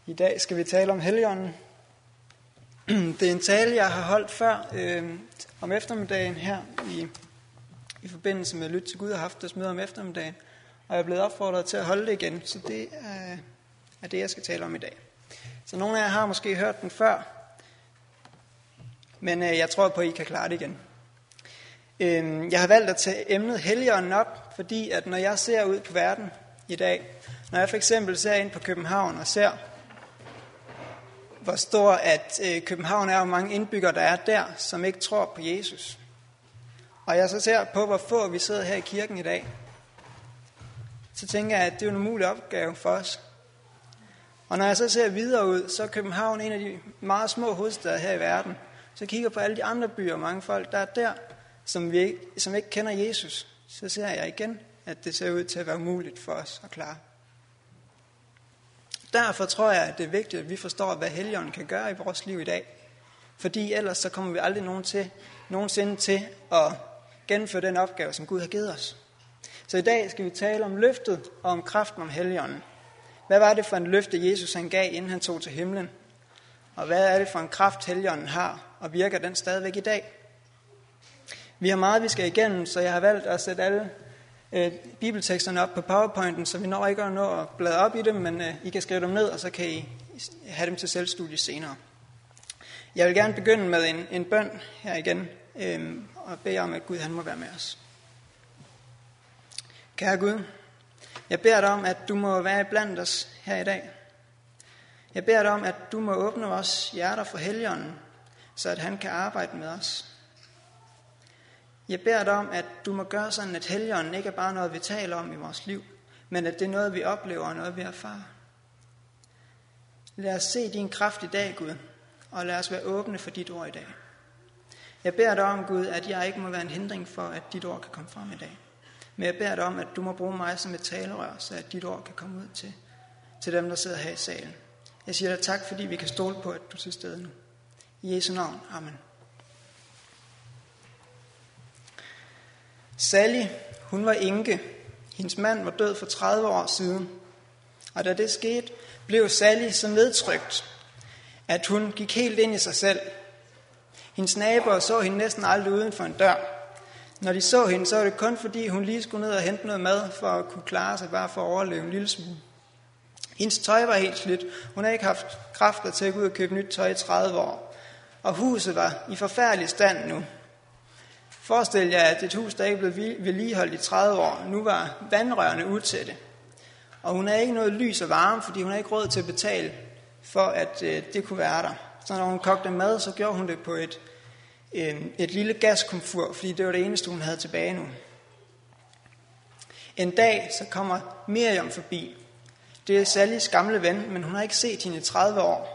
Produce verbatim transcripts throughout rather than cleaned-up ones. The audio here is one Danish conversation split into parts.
I dag skal vi tale om Helligånden. Det er en tale, jeg har holdt før øh, om eftermiddagen her i, i forbindelse med Lyt til Gud og haft deres møde om eftermiddagen. Og jeg er blevet opfordret til at holde det igen, så det er, er det, jeg skal tale om i dag. Så nogle af jer har måske hørt den før, men øh, jeg tror på, at I kan klare det igen. Øh, jeg har valgt at tage emnet Helligånden op, fordi at når jeg ser ud på verden i dag, når jeg for eksempel ser ind på København og ser, hvor stor at øh, København er, og hvor mange indbyggere der er der, som ikke tror på Jesus. Og jeg så ser på, hvor få vi sidder her i kirken i dag, så tænker jeg, at det er en umulig opgave for os. Og når jeg så ser videre ud, så er København en af de meget små hovedsteder her i verden. Så jeg kigger på alle de andre byer, og mange folk, der er der, som, vi ikke, som ikke kender Jesus. Så ser jeg igen, at det ser ud til at være umuligt for os at klare. Derfor tror jeg, at det er vigtigt, at vi forstår, hvad Helligånden kan gøre i vores liv i dag. Fordi ellers så kommer vi aldrig nogen til, nogensinde til at gennemføre den opgave, som Gud har givet os. Så i dag skal vi tale om løftet og om kraften om Helligånden. Hvad var det for en løfte, Jesus han gav, inden han tog til himlen? Og hvad er det for en kraft, Helligånden har, og virker den stadigvæk i dag? Vi har meget, vi skal igennem, så jeg har valgt at sætte alle øh, bibelteksterne op på PowerPointen, så vi når ikke at nå at bladre op i dem, men øh, I kan skrive dem ned, og så kan I have dem til selvstudie senere. Jeg vil gerne begynde med en, en bøn her igen, øh, og bede om, at Gud han må være med os. Kære Gud, jeg beder dig om, at du må være blandt os her i dag. Jeg beder dig om, at du må åbne vores hjerter for Helligånden, så at han kan arbejde med os. Jeg beder dig om, at du må gøre sådan, at Helligånden ikke er bare noget, vi taler om i vores liv, men at det er noget, vi oplever og noget, vi erfarer. Lad os se din kraft i dag, Gud, og lad os være åbne for dit ord i dag. Jeg beder dig om, Gud, at jeg ikke må være en hindring for, at dit ord kan komme frem i dag. Men jeg beder dig om, at du må bruge mig som et talerør, så at dit ord kan komme ud til, til dem, der sidder her i salen. Jeg siger dig tak, fordi vi kan stole på, at du er til stede nu. I Jesu navn. Amen. Sally, hun var enke. Hendes mand var død for tredive år siden. Og da det skete, blev Sally så nedtrykt, at hun gik helt ind i sig selv. Hendes naboer så hende næsten aldrig uden for en dør. Når de så hende, så var det kun fordi, hun lige skulle ned og hente noget mad, for at kunne klare sig, bare for at overleve en lille smule. Hendes tøj var helt slidt. Hun havde ikke haft kræfter til at gå ud og købe nyt tøj i tredive år. Og huset var i forfærdelig stand nu. Forestil jer, at et hus, der ikke blev vedligeholdt i tredive år, nu var vandrørene utætte. Og hun havde ikke noget lys og varme, fordi hun havde ikke råd til at betale for, at øh, det kunne være der. Så når hun kogte mad, så gjorde hun det på et, øh, et lille gaskomfur, fordi det var det eneste, hun havde tilbage nu. En dag, så kommer Miriam forbi. Det er Sallys gamle ven, men hun har ikke set hende i tredive år.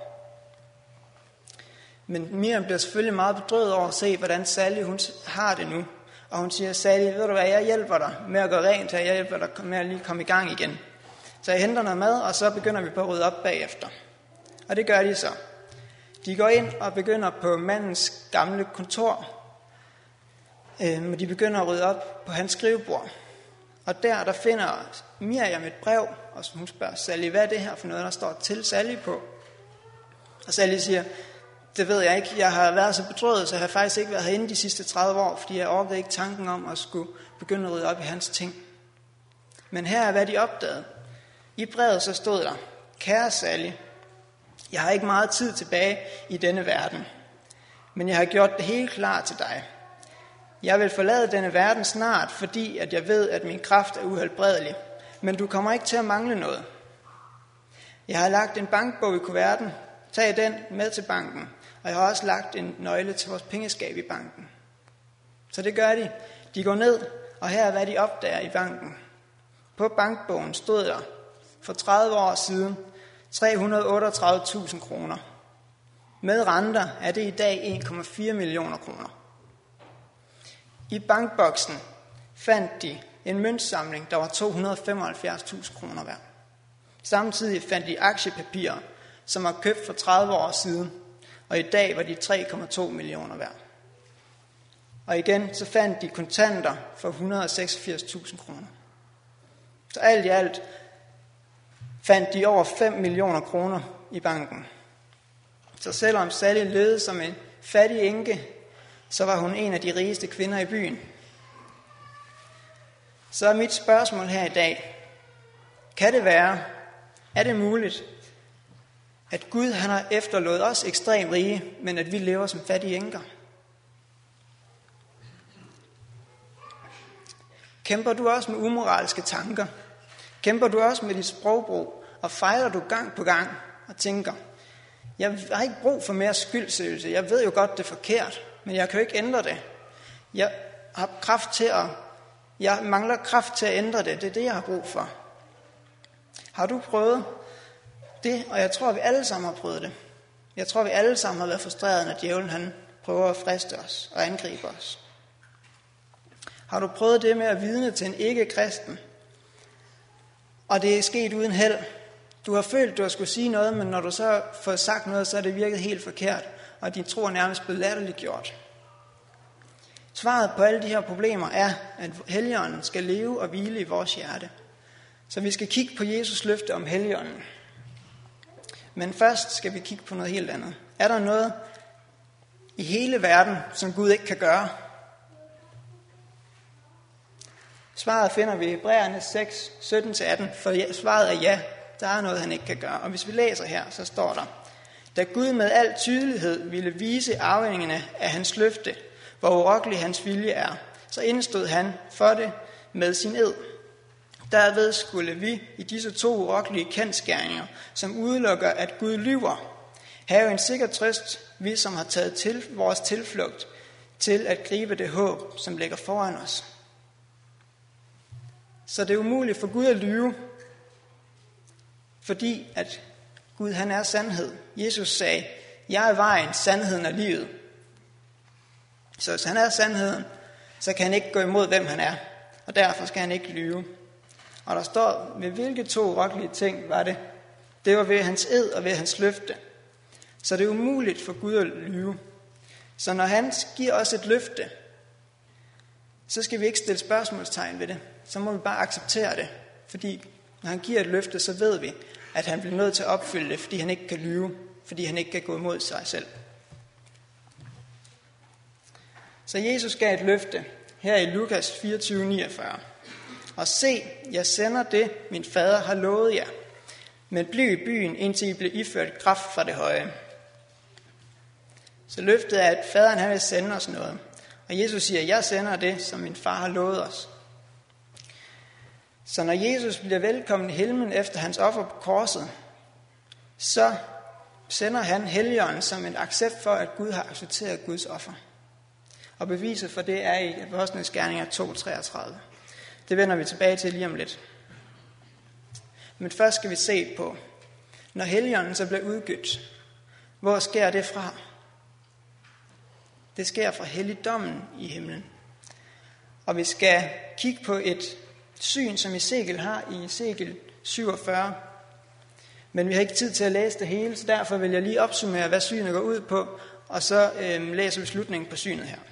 Men Miriam bliver selvfølgelig meget bedrøvet over at se, hvordan Sally hun har det nu. Og hun siger, Sally, ved du hvad, jeg hjælper dig med at gå rent her, jeg hjælper dig med at lige komme i gang igen. Så jeg henter noget mad, og så begynder vi på at rydde op bagefter. Og det gør de så. De går ind og begynder på mandens gamle kontor. Og de begynder at rydde op på hans skrivebord. Og der, der finder Miriam et brev, og hun spørger Sally, hvad er det her for noget, der står til Sally på? Og Sally siger, det ved jeg ikke. Jeg har været så bedrøvet, så jeg har faktisk ikke været herinde de sidste tredive år, fordi jeg overvejede ikke tanken om at skulle begynde at rydde op i hans ting. Men her er, hvad de opdagede. I brevet så stod der, kære Sally, jeg har ikke meget tid tilbage i denne verden, men jeg har gjort det helt klart til dig. Jeg vil forlade denne verden snart, fordi at jeg ved, at min kraft er uhelbredelig, men du kommer ikke til at mangle noget. Jeg har lagt en bankbog i kuverten. Tag den med til banken. Og jeg har også lagt en nøgle til vores pengeskab i banken. Så det gør de. De går ned, og her er hvad de opdager i banken. På bankbogen stod der for tredive år siden tre hundrede og otteogtredive tusind kroner. Med renter er det i dag en komma fire millioner kroner. I bankboksen fandt de en møntsamling, der var to hundrede og femoghalvfjerds tusind kroner værd. Samtidig fandt de aktiepapirer, som var købt for tredive år siden, og i dag var de tre komma to millioner værd. Og igen så fandt de kontanter for et hundrede og seksogfirs tusind kroner. Så alt i alt fandt de over fem millioner kroner i banken. Så selvom Sally levede som en fattig enke, så var hun en af de rigeste kvinder i byen. Så er mit spørgsmål her i dag: kan det være, er det muligt, at Gud han har efterladt os ekstremt rige, men at vi lever som fattige enker? Kæmper du også med umoralske tanker? Kæmper du også med dit sprogbrug? Og fejler du gang på gang og tænker, jeg har ikke brug for mere skyldsfølelse. Jeg ved jo godt, det er forkert, men jeg kan jo ikke ændre det. Jeg har kraft til at, jeg mangler kraft til at ændre det. Det er det, jeg har brug for. Har du prøvet det? Og jeg tror, vi alle sammen har prøvet det. Jeg tror, vi alle sammen har været frustreret, når djævlen han prøver at friste os og angribe os. Har du prøvet det med at vidne til en ikke-kristen, og det er sket uden held? Du har følt, at du har skulle sige noget, men når du så får sagt noget, så er det virket helt forkert, og din tro er nærmest blevet latterliggjort. Svaret på alle de her problemer er, at Helligånden skal leve og hvile i vores hjerte. Så vi skal kigge på Jesus løfte om Helligånden. Men først skal vi kigge på noget helt andet. Er der noget i hele verden, som Gud ikke kan gøre? Svaret finder vi i Hebræerne seks, sytten til atten, for svaret er ja, der er noget, han ikke kan gøre. Og hvis vi læser her, så står der: da Gud med al tydelighed ville vise arvingerne af hans løfte, hvor urokkelig hans vilje er, så indstod han for det med sin ed. Derved skulle vi i disse to urokkelige kendsgerninger, som udelukker, at Gud lyver, have en sikker trøst, vi som har taget til vores tilflugt til at gribe det håb, som ligger foran os. Så det er umuligt for Gud at lyve, fordi at Gud han er sandhed. Jesus sagde, jeg er vejen, sandheden og livet. Så hvis han er sandheden, så kan han ikke gå imod, hvem han er, og derfor skal han ikke lyve. Og der står, ved hvilke to urokkelige ting var det? Det var ved hans ed og ved hans løfte. Så det er umuligt for Gud at lyve. Så når han giver os et løfte, så skal vi ikke stille spørgsmålstegn ved det. Så må vi bare acceptere det. Fordi når han giver et løfte, så ved vi, at han bliver nødt til at opfylde det, fordi han ikke kan lyve, fordi han ikke kan gå imod sig selv. Så Jesus gav et løfte her i Lukas fireogtyve niogfyrre. Og se, jeg sender det, min fader har lovet jer. Men bliv i byen, indtil I bliver iført kraft fra det høje. Så løftet er, at faderen han vil sende os noget. Og Jesus siger, jeg sender det, som min far har lovet os. Så når Jesus bliver velkommen i himlen efter hans offer på korset, så sender han Helligånden som en accept for, at Gud har accepteret Guds offer. Og beviset for det er i Apostlenes Gerninger to treogtredive. Det vender vi tilbage til lige om lidt. Men først skal vi se på, når Helligånden så bliver udgivet, hvor sker det fra? Det sker fra helligdommen i himlen. Og vi skal kigge på et syn, som Ezekiel har i Ezekiel syvogfyrre. Men vi har ikke tid til at læse det hele, så derfor vil jeg lige opsummere, hvad synet går ud på, og så øhm, læser vi slutningen på synet her.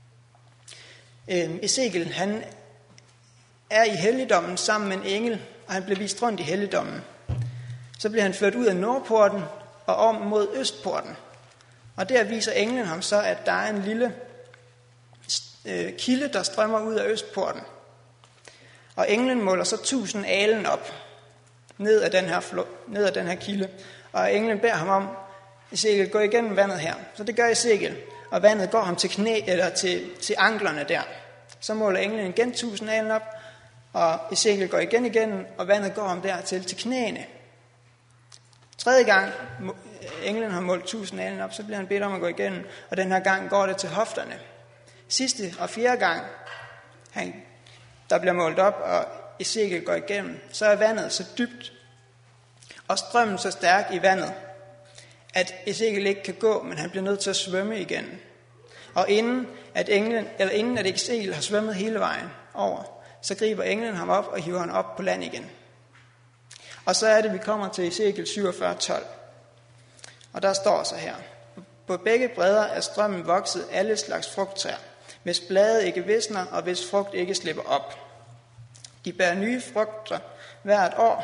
Øhm, Ezekiel, han er i helligdommen sammen med en engel, og han bliver vist rundt i helligdommen. Så bliver han ført ud af nordporten og om mod østporten. Og der viser englen ham så, at der er en lille øh, kilde, der strømmer ud af østporten. Og englen måler så tusind alen op ned af den her, flo- ned af den her kilde. Og englen beder ham om, Ezekiel, gå igennem vandet her. Så det gør Ezekiel, og vandet går ham til knæ eller til, til anklerne der. Så måler englen igen tusind alen op, og Ezekiel går igen igen, og vandet går ham dertil til knæene. Tredje gang englen har målt tusind alen op, så bliver han bedt om at gå igennem, og den her gang går det til hofterne. Sidste og fjerde gang, han, der bliver målt op, og Ezekiel går igennem, så er vandet så dybt, og strømmen så stærk i vandet, at Ezekiel ikke kan gå, men han bliver nødt til at svømme igen. Og inden at, englen, eller inden at Ezekiel har svømmet hele vejen over, så griber englen ham op og hiver ham op på land igen. Og så er det, vi kommer til Ezekiel syvogfyrre tolv. Og der står så her: på begge bredder er strømmen vokset alle slags frugttræer, hvis blade ikke visner, og hvis frugt ikke slipper op. De bærer nye frugter hvert år,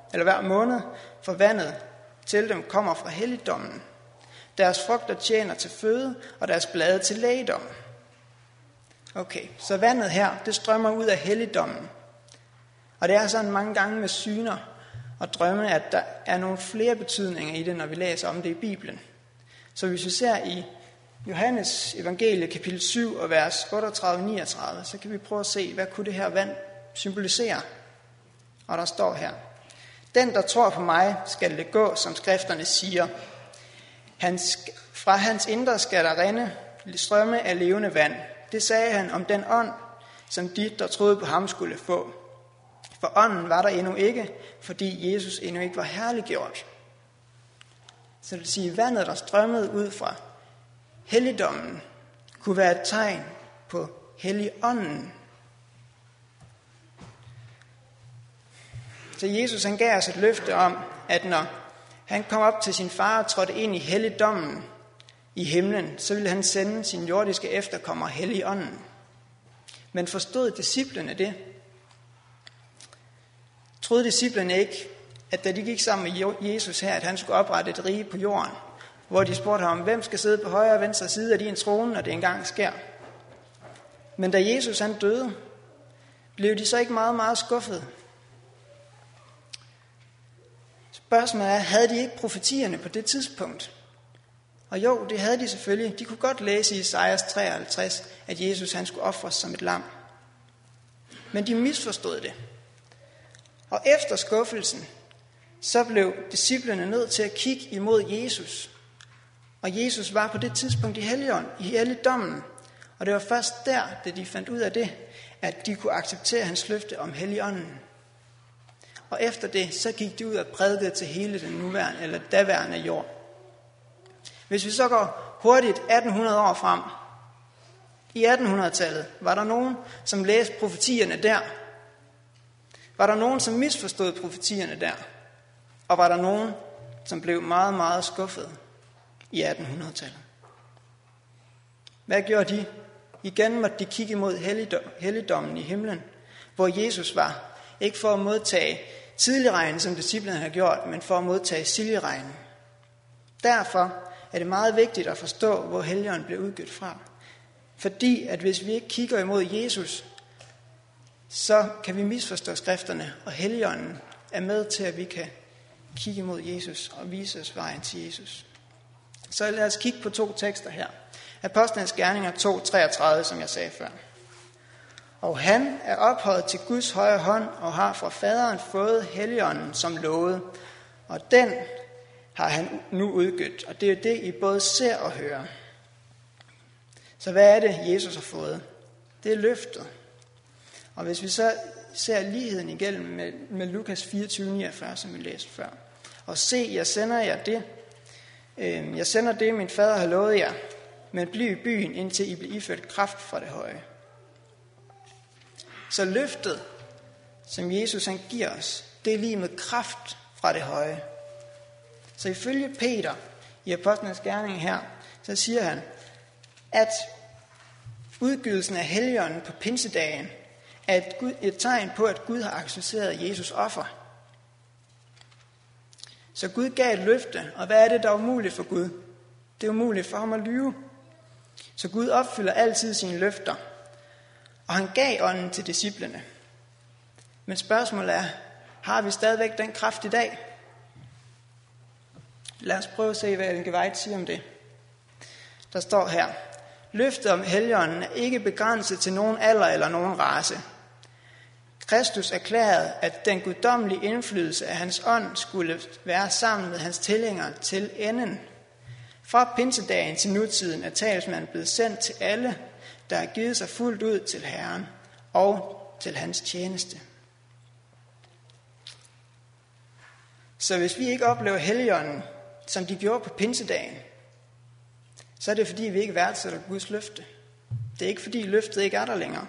eller hver måned, for vandet til dem kommer fra helligdommen. Deres frugter tjener til føde, og deres blade til lægedom. Okay, så vandet her, det strømmer ud af helligdommen. Og det er sådan mange gange med syner og drømme, at der er nogle flere betydninger i det, når vi læser om det i Bibelen. Så hvis vi ser i Johannes evangelie kapitel syv og vers otteogtredive til niogtredive, så kan vi prøve at se, hvad kunne det her vand symbolisere. Og der står her: Den, der tror på mig, skal det gå, som skrifterne siger. Hans, fra hans indre skal der rinde strømme af levende vand. Det sagde han om den ånd, som de, der troede på ham, skulle få. For ånden var der endnu ikke, fordi Jesus endnu ikke var herliggjort. Så det vil sige, at vandet, der strømmede ud fra helligdommen, kunne være et tegn på helligånden. Så Jesus han gav os et løfte om, at når han kom op til sin far og trådte ind i helligdommen i himlen, så ville han sende sin jordiske efterkommer helligånden. Men forstod disciplene det? Troede disciplene ikke, at da de gik sammen med Jesus her, at han skulle oprette et rige på jorden, hvor de spurgte ham, hvem skal sidde på højre og venstre side af din trone, når det engang sker? Men da Jesus han døde, blev de så ikke meget, meget skuffede. Spørgsmålet er, havde de ikke profetierne på det tidspunkt? Og jo, det havde de selvfølgelig. De kunne godt læse i Esajas treoghalvtreds, at Jesus han skulle ofres som et lam. Men de misforstod det. Og efter skuffelsen, så blev disciplene nødt til at kigge imod Jesus. Og Jesus var på det tidspunkt i helligånd, i helligdommen. Og det var først der, da de fandt ud af det, at de kunne acceptere hans løfte om helligånden. Og efter det, så gik de ud og prædikede til hele den nuværende, eller daværende jord. Hvis vi så går hurtigt atten hundrede år frem, i attenhundredetallet, var der nogen, som læste profetierne der? Var der nogen, som misforstod profetierne der? Og var der nogen, som blev meget, meget skuffet i attenhundredetallet? Hvad gjorde de? Igen måtte de kigge mod helligdommen i himlen, hvor Jesus var. Ikke for at modtage tidligregnen, som disciplene havde gjort, men for at modtage silderegnen. Derfor er det meget vigtigt at forstå, hvor Helligånden blev udgivet fra. Fordi at hvis vi ikke kigger imod Jesus, så kan vi misforstå skrifterne, og Helligånden er med til, at vi kan kigge imod Jesus og vise os vejen til Jesus. Så lad os kigge på to tekster her. Apostlenes Gerninger to treogtredive, som jeg sagde før. Og han er ophøjet til Guds højre hånd og har fra faderen fået Helligånden som lovet. Og den har han nu udgivet. Og det er det, I både ser og hører. Så hvad er det, Jesus har fået? Det er løftet. Og hvis vi så ser ligheden igennem med, med Lukas fireogtyve niogfyrre, som vi læste før. Og se, jeg sender jer det. Jeg sender det, min fader har lovet jer. Men bliv i byen, indtil I bliver iført kraft fra det høje. Så løftet, som Jesus han giver os, det er lige med kraft fra det høje. Så ifølge Peter i Apostlenes Gerninger her, så siger han, at udgydelsen af Helligånden på pinsedagen er et, Gud, et tegn på, at Gud har accepteret Jesus offer. Så Gud gav et løfte, og hvad er det, der er umuligt for Gud? Det er umuligt for ham at lyve. Så Gud opfylder altid sine løfter. Og han gav ånden til disciplene. Men spørgsmålet er, har vi stadigvæk den kraft i dag? Lad os prøve at se, hvad Ellen G. White siger om det. Der står her, løftet om Helligånden er ikke begrænset til nogen alder eller nogen race. Kristus erklærede, at den guddommelige indflydelse af hans ånd skulle være sammen med hans tilhængere til enden. Fra pinsedagen til nutiden er talsmanden blevet sendt til alle, der har givet sig fuldt ud til Herren og til hans tjeneste. Så hvis vi ikke oplever Helligånden, som de gjorde på pinsedagen, så er det fordi, vi ikke værdsætter Guds løfte. Det er ikke fordi, løftet ikke er der længere.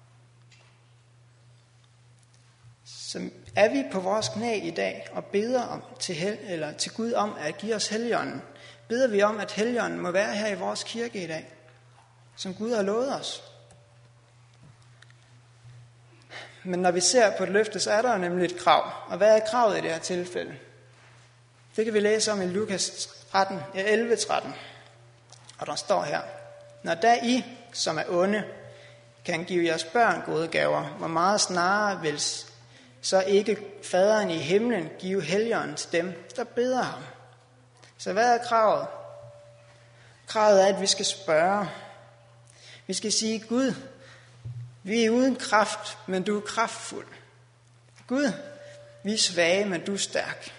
Så er vi på vores knæ i dag og beder om til, hel, eller til Gud om at give os Helligånden, beder vi om, at Helligånden må være her i vores kirke i dag, som Gud har lovet os. Men når vi ser på et løfte, så er der jo nemlig et krav. Og hvad er kravet i det her tilfælde? Det kan vi læse om i Lukas elleve tretten. Og der står her: Når da I, som er onde, kan give jeres børn gode gaver, hvor meget snarere vil så ikke faderen i himlen give helligånden til dem, der beder ham. Så hvad er kravet? Kravet er, at vi skal spørge. Vi skal sige: Gud, vi er uden kraft, men du er kraftfuld. Gud, vi er svage, men du er stærk.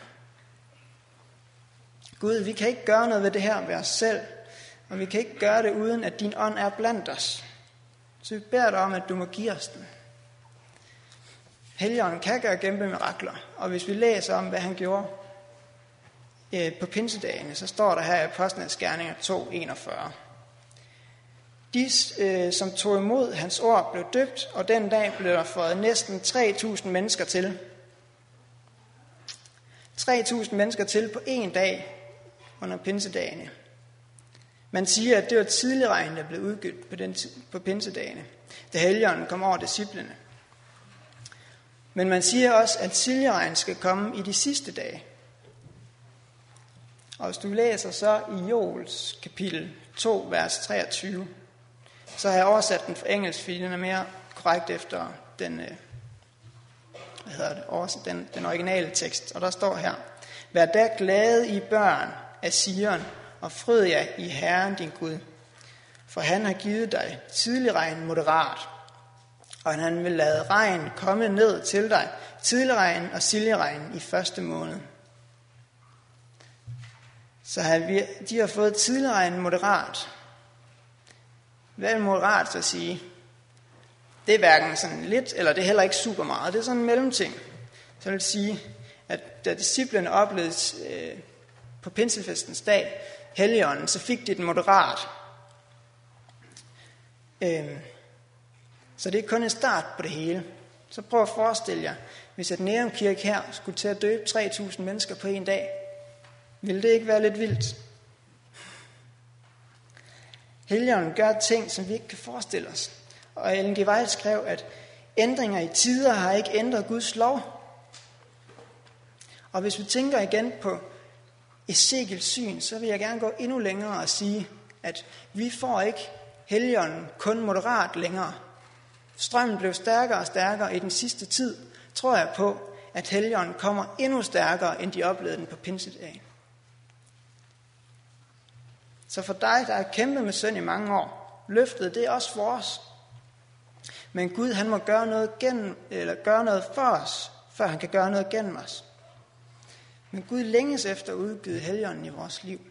Gud, vi kan ikke gøre noget ved det her ved os selv, og vi kan ikke gøre det uden, at din ånd er blandt os. Så vi beder dig om, at du må give os den. Helligånden kan gøre kæmpe mirakler, og hvis vi læser om, hvad han gjorde øh, på pinsedagene, så står der her i Apostlenes Gerninger to enogfyrre. De, øh, som tog imod hans ord, blev døbt, og den dag blev der fået næsten tre tusind mennesker til. tre tusind mennesker til på en dag under pinsedagene. Man siger, at det var tidlig regn, der blev udgivet på, den, på pinsedagene, da Helligånden kom over disciplene. Men man siger også, at tidlig regn skal komme i de sidste dage. Og hvis du læser så i Joels kapitel to, vers treogtyve, så har jeg oversat den for engelsk, fordi den er mere korrekt efter den, hvad hedder det, oversat, den, den originale tekst. Og der står her: Vær da glade i børn af Sion, og fryd jer i Herren din Gud. For han har givet dig tidlig regn moderat, og han vil lade regn komme ned til dig, tidlig regn og silderegn i første måned. Så har vi, de har fået tidlig regn moderat. Hvad vil moderat så sige? Det er hverken sådan lidt, eller det er heller ikke super meget. Det er sådan en mellemting. Så vil det sige, at da disciplene oplevede øh, på pinsefestens dag Helligånden, så fik de den moderat. Øh, så det er kun en start på det hele. Så prøv at forestille jer, hvis et Nærum Kirke her skulle til at døbe tre tusind mennesker på en dag. Ville det ikke være lidt vildt? Helligånden gør ting, som vi ikke kan forestille os. Og Ellen G. White skrev, at ændringer i tider har ikke ændret Guds lov. Og hvis vi tænker igen på Ezekiels syn, så vil jeg gerne gå endnu længere og sige, at vi får ikke Helligånden kun moderat længere. Strømmen blev stærkere og stærkere i den sidste tid, tror jeg på, at Helligånden kommer endnu stærkere, end de oplevede den på pinsedagen. Så for dig, der har kæmpet med synd i mange år, løftet det er også for os. Men Gud, han må gøre noget, gennem, eller gøre noget for os, før han kan gøre noget gennem os. Men Gud længes efter at udgyde Helligånden i vores liv.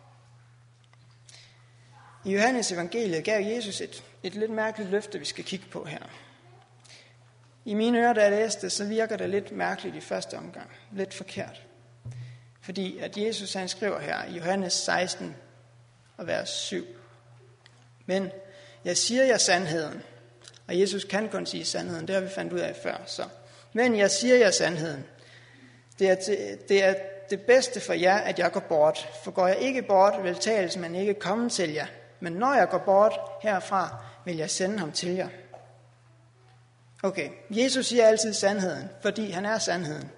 I Johannes evangeliet gav Jesus et, et lidt mærkeligt løfte, vi skal kigge på her. I mine ører, da jeg læste det, så virker det lidt mærkeligt i første omgang. Lidt forkert. Fordi at Jesus, han skriver her i Johannes seksten og vers syv. Men jeg siger jer sandheden. Og Jesus kan kun sige sandheden. Det har vi fandt ud af før. Så. Men jeg siger jer sandheden. Det er, det, det er det bedste for jer, at jeg går bort. For går jeg ikke bort, vil talsmanden ikke komme til jer. Men når jeg går bort herfra, vil jeg sende ham til jer. Okay, Jesus siger altid sandheden, fordi han er sandheden.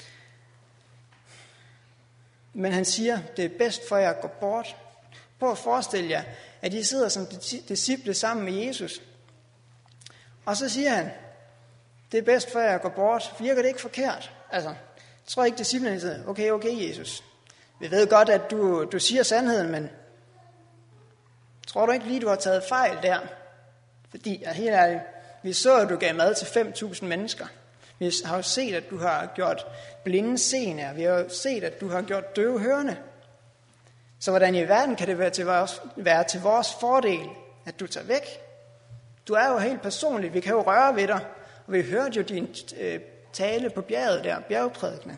Men han siger, det er bedst for jer at gå bort. Prøv at forestille jer, at I sidder som disciple sammen med Jesus. Og så siger han, det er bedst for jer at gå bort. Virker det ikke forkert? Altså, jeg tror ikke, disciplene siger, okay, okay, Jesus. Vi ved godt, at du, du siger sandheden, men tror du ikke lige, du har taget fejl der? Fordi, ja, helt ærligt, vi så, at du gav mad til fem tusind mennesker. Vi har jo set, at du har gjort blinde seende. Vi har jo set, at du har gjort døve hørende. Så hvordan i verden kan det være til vores, være til vores fordel, at du tager væk? Du er jo helt personlig. Vi kan jo røre ved dig. Og vi hørte jo din øh, tale på bjerget der, bjergprædikene.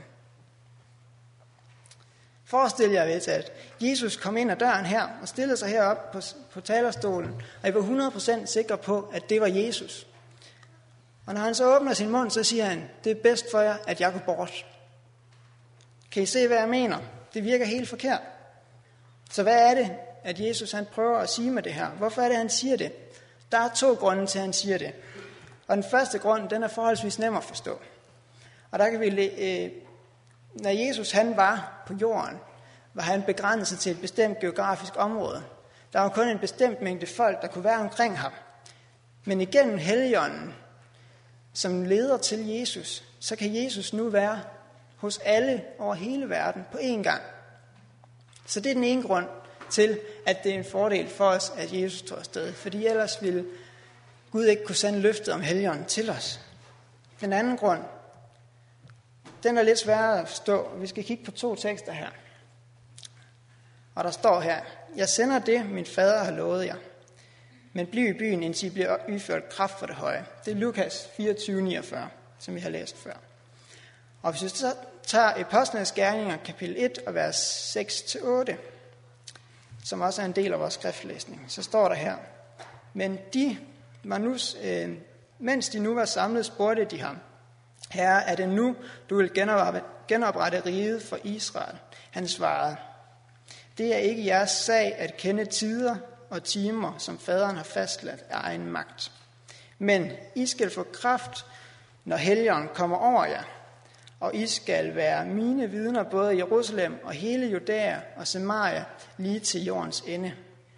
Forestil jer ved, at Jesus kom ind ad døren her og stillede sig herop på, på talerstolen, og jeg var hundrede procent sikker på, at det var Jesus. Og når han så åbner sin mund, så siger han, det er bedst for jer, at jeg går bort. Kan I se, hvad jeg mener? Det virker helt forkert. Så hvad er det, at Jesus han prøver at sige med det her? Hvorfor er det, han siger det? Der er to grunde til, at han siger det. Og den første grund, den er forholdsvis nem at forstå. Og der kan vi, øh, når Jesus han var på jorden, var han begrænset til et bestemt geografisk område. Der var kun en bestemt mængde folk, der kunne være omkring ham. Men igennem Helligånden, som leder til Jesus, så kan Jesus nu være hos alle over hele verden på én gang. Så det er den ene grund til, at det er en fordel for os, at Jesus tog afsted. Fordi ellers ville Gud ikke kunne sende løftet om Helligånden til os. Den anden grund, den er lidt sværere at forstå. Vi skal kigge på to tekster her. Og der står her: Jeg sender det, min fader har lovet jer. Men bliv i byen, indtil I bliver udført kraft for det høje. Det er Lukas fireogtyve niogfyrre, som vi har læst før. Og hvis vi så tager Apostlenes Gerninger, kapitel et og vers seks til otte, som også er en del af vores skriftlæsning, så står der her: Men de var nu, øh, mens de nu var samlet, spurgte de ham: Herre, er det nu, du vil genoprette, genoprette riget for Israel? Han svarede: Det er ikke jeres sag at kende tider og timer, som faderen har fastlagt af egen magt. Men I skal få kraft, når Helligånden kommer over jer, og I skal være mine vidner både i Jerusalem og hele Judæa og Samaria, lige til jordens ende.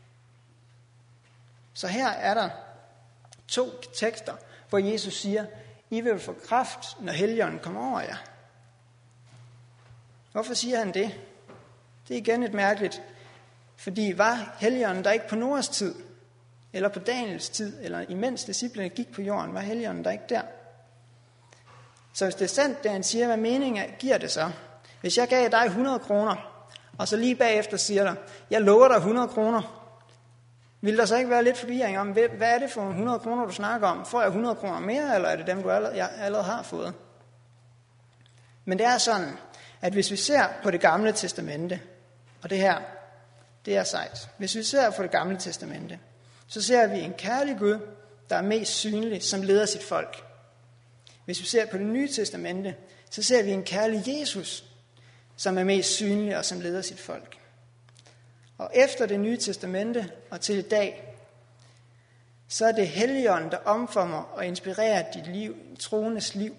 Så her er der to tekster, hvor Jesus siger: I vil få kraft, når Helligånden kommer over jer. Hvorfor siger han det? Det er igen et mærkeligt, fordi var Helligånden der ikke på Noahs tid, eller på Daniels tid, eller imens disciplene gik på jorden, var Helligånden der ikke der? Så hvis det er sandt, det han siger, hvad meningen giver det så? Hvis jeg gav dig hundrede kroner, og så lige bagefter siger der: Jeg lover dig hundrede kroner, vil der så ikke være lidt forvirring om, hvad er det for hundrede kroner, du snakker om? Får jeg hundrede kroner mere, eller er det dem, du allerede, jeg allerede har fået? Men det er sådan, at hvis vi ser på det gamle testamente, og det her, det er sejt. Hvis vi ser på det gamle testamente, så ser vi en kærlig Gud, der er mest synlig, som leder sit folk. Hvis vi ser på det nye testamente, så ser vi en kærlig Jesus, som er mest synlig og som leder sit folk. Og efter det nye testamente og til i dag, så er det Helligånden, der omformer og inspirerer dit liv, troendes liv.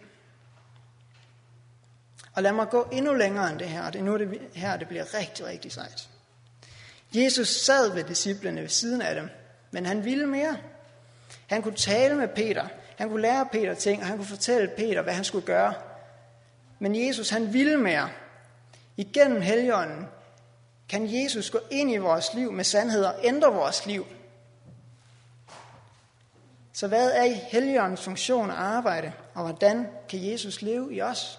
Og lad mig gå endnu længere end det her, og det er nu det her, det bliver rigtig, rigtig sejt. Jesus sad ved disciplene ved siden af dem, men han ville mere. Han kunne tale med Peter, han kunne lære Peter ting, og han kunne fortælle Peter, hvad han skulle gøre. Men Jesus, han ville mere. Igennem Helligånden kan Jesus gå ind i vores liv med sandhed og ændre vores liv. Så hvad er Helligåndens funktion og arbejde, og hvordan kan Jesus leve i os?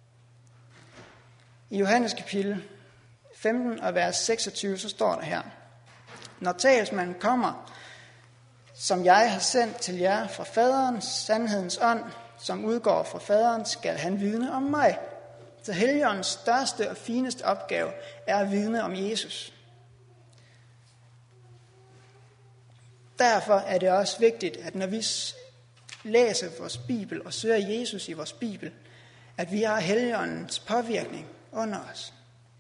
I Johannes kapitel femten og vers seksogtyve, så står der her: Når talsmanden kommer, som jeg har sendt til jer fra faderen, sandhedens ånd, som udgår fra faderen, skal han vidne om mig. Så Helligåndens største og fineste opgave er at vidne om Jesus. Derfor er det også vigtigt, at når vi læser vores Bibel og søger Jesus i vores Bibel, at vi har Helligåndens påvirkning under os.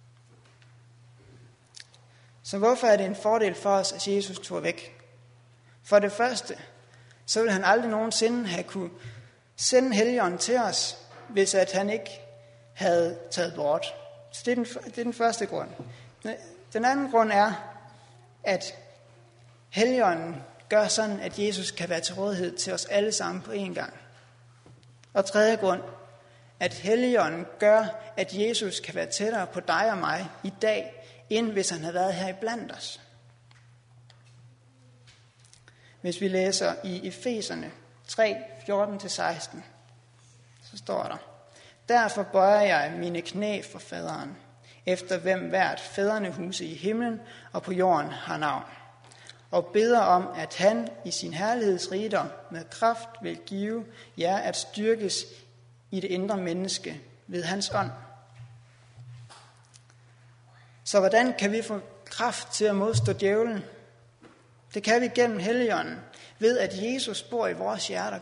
Så hvorfor er det en fordel for os, at Jesus tog væk? For det første, så vil han aldrig nogensinde have kunne sende Helligånden til os, hvis at han ikke havde taget bort. Så det er den, det er den første grund. Den anden grund er, at Helligånden gør sådan, at Jesus kan være til rådighed til os alle sammen på én gang. Og tredje grund, at Helligånden gør, at Jesus kan være tættere på dig og mig i dag, end hvis han havde været her iblandt os. Hvis vi læser i Efeserne tre, fjorten til seksten, så står der: Derfor bøjer jeg mine knæ for faderen, efter hvem hvert fædrene huse i himlen og på jorden har navn, og beder om, at han i sin herlighedsrigdom med kraft vil give jer at styrkes i det indre menneske ved hans ånd. Så hvordan kan vi få kraft til at modstå djævlen? Det kan vi gennem Helligånden, ved at Jesus bor i vores hjerter.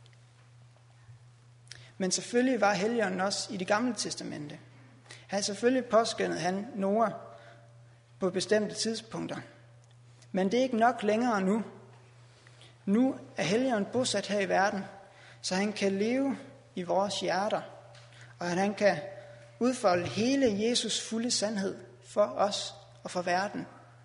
Men selvfølgelig var Helligånden også i det gamle testamente. Han selvfølgelig påskønnede han Noah på bestemte tidspunkter. Men det er ikke nok længere nu. Nu er Helligånden bosat her i verden, så han kan leve i vores hjerter, og at han kan udfolde hele Jesus fulde sandhed for os og for verden.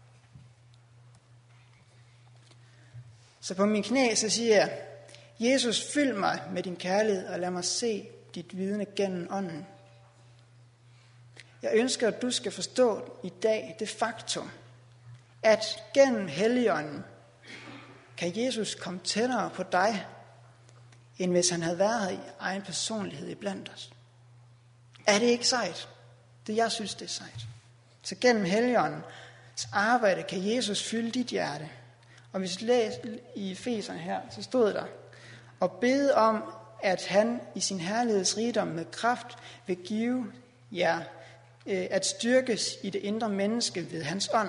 Så på min knæ, så siger jeg, Jesus, fyld mig med din kærlighed, og lad mig se dit vidne gennem ånden. Jeg ønsker, at du skal forstå i dag det faktum, at gennem Helligånden kan Jesus komme tættere på dig, end hvis han havde været i egen personlighed iblandt os. Er det ikke sejt? Det jeg synes, det er sejt. Så gennem Helligåndens arbejde kan Jesus fylde dit hjerte. Og hvis du læser i Efeserne her, så stod der, og bede om, at han i sin herlighedsrigdom med kraft vil give jer at styrkes i det indre menneske ved hans ånd.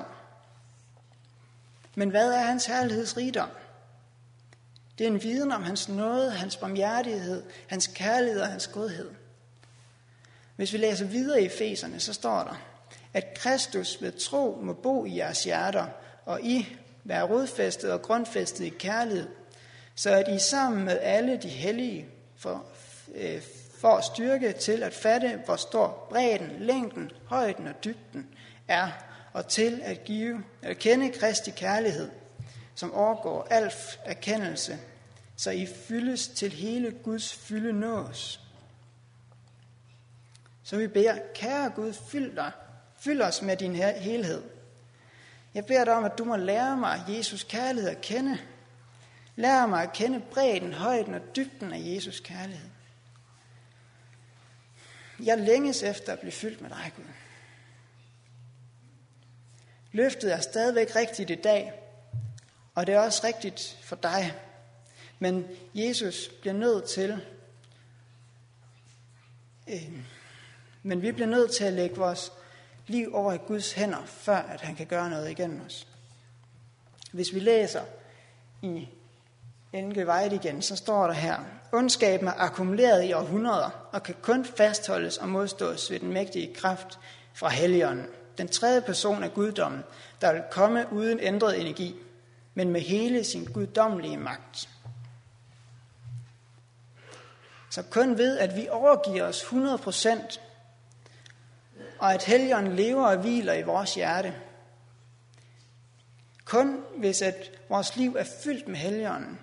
Men hvad er hans herlighedsrigdom? Det er en viden om hans nåde, hans barmhjertighed, hans kærlighed og hans godhed. Hvis vi læser videre i Efeserne, så står der, at Kristus ved tro må bo i jeres hjerter, og I være rodfæstet og grundfæstet i kærlighed, så at I sammen med alle de hellige får, øh, får styrke til at fatte, hvor stor bredden, længden, højden og dybden er, og til at give, at kende Kristi kærlighed, som overgår al erkendelse, så I fyldes til hele Guds fylde nås. Så vi beder, kære Gud, fyld dig, fyld os med din helhed. Jeg beder dig om, at du må lære mig Jesus kærlighed at kende. Lær mig at kende bredden, højden og dybden af Jesus kærlighed. Jeg længes efter at blive fyldt med dig, Gud. Løftet er stadigvæk rigtigt i dag, og det er også rigtigt for dig. Men Jesus bliver nødt til, øh, men vi bliver nødt til at lægge vores liv over i Guds hænder, før at han kan gøre noget igennem os. Hvis vi læser i Engelvejt igen, så står der her, ondskaben er akkumuleret i århundreder, og kan kun fastholdes og modstås ved den mægtige kraft fra Helligånden. Den tredje person af guddommen, der vil komme uden ændret energi, men med hele sin guddommelige magt. Så kun ved, at vi overgiver os hundrede procent, og at Helligånden lever og hviler i vores hjerte. Kun hvis at vores liv er fyldt med Helligånden,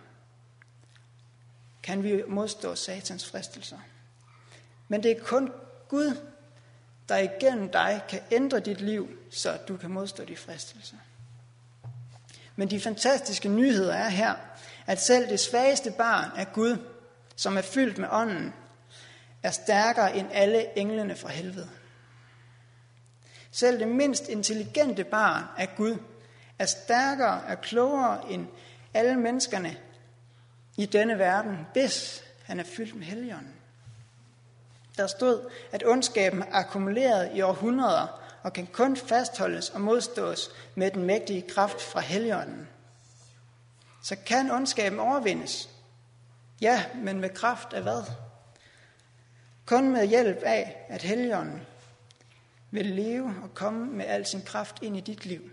kan vi modstå satans fristelser. Men det er kun Gud, der igennem dig kan ændre dit liv, så du kan modstå de fristelser. Men de fantastiske nyheder er her, at selv det svageste barn af Gud, som er fyldt med ånden, er stærkere end alle englene fra helvede. Selv det mindst intelligente barn af Gud er stærkere, er klogere end alle menneskerne i denne verden, hvis han er fyldt med Helligånden. Der stod, at ondskaben er akkumuleret i århundreder og kan kun fastholdes og modstås med den mægtige kraft fra Helligånden. Så kan ondskaben overvindes? Ja, men med kraft af hvad? Kun med hjælp af, at Helligånden vil leve og komme med al sin kraft ind i dit liv.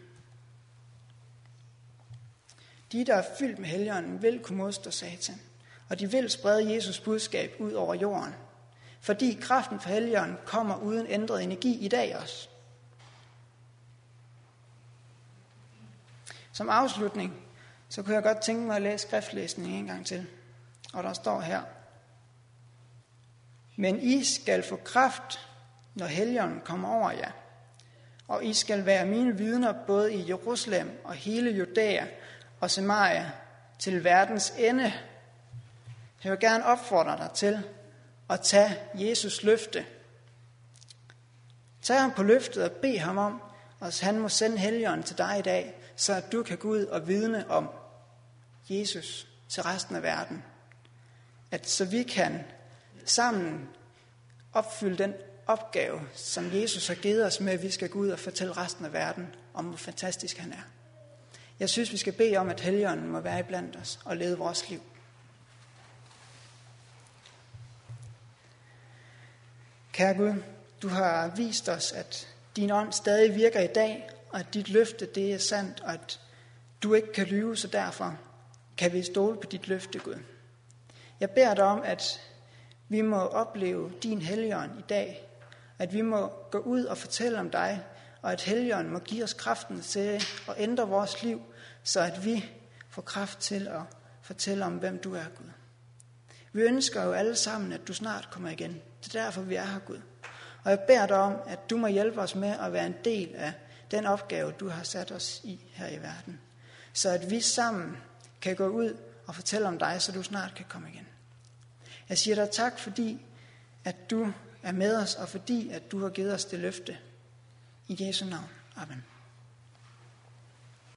De, der er fyldt med Helligånden, vil kunne modstå Satan, og de vil sprede Jesus budskab ud over jorden, fordi kraften fra Helligånden kommer uden ændret energi i dag også. Som afslutning, så kunne jeg godt tænke mig at læse skriftlæsningen en gang til. Og der står her, men I skal få kraft, når Helligånden kommer over jer, og I skal være mine vidner både i Jerusalem og hele Judæa og Samaria til verdens ende. Jeg vil gerne opfordre dig til at tage Jesus løfte. Tag ham på løftet og bed ham om, at han må sende Helligånden til dig i dag, så at du kan gå ud og vidne om Jesus til resten af verden. At så vi kan sammen opfylde den opgave, som Jesus har givet os med, at vi skal gå ud og fortælle resten af verden om, hvor fantastisk han er. Jeg synes, vi skal bede om, at Helligånden må være iblandt os og lede vores liv. Kære Gud, du har vist os, at din ånd stadig virker i dag, og at dit løfte det er sandt, og at du ikke kan lyve, så derfor kan vi stole på dit løfte, Gud. Jeg beder dig om, at vi må opleve din Helligånd i dag. At vi må gå ud og fortælle om dig, og at Helligånden må give os kraften til at ændre vores liv, så at vi får kraft til at fortælle om, hvem du er, Gud. Vi ønsker jo alle sammen, at du snart kommer igen. Det er derfor, vi er her, Gud. Og jeg beder dig om, at du må hjælpe os med at være en del af den opgave, du har sat os i her i verden. Så at vi sammen kan gå ud og fortælle om dig, så du snart kan komme igen. Jeg siger dig tak, fordi at du er med os, og fordi at du har givet os det løfte. I Jesu navn. Amen.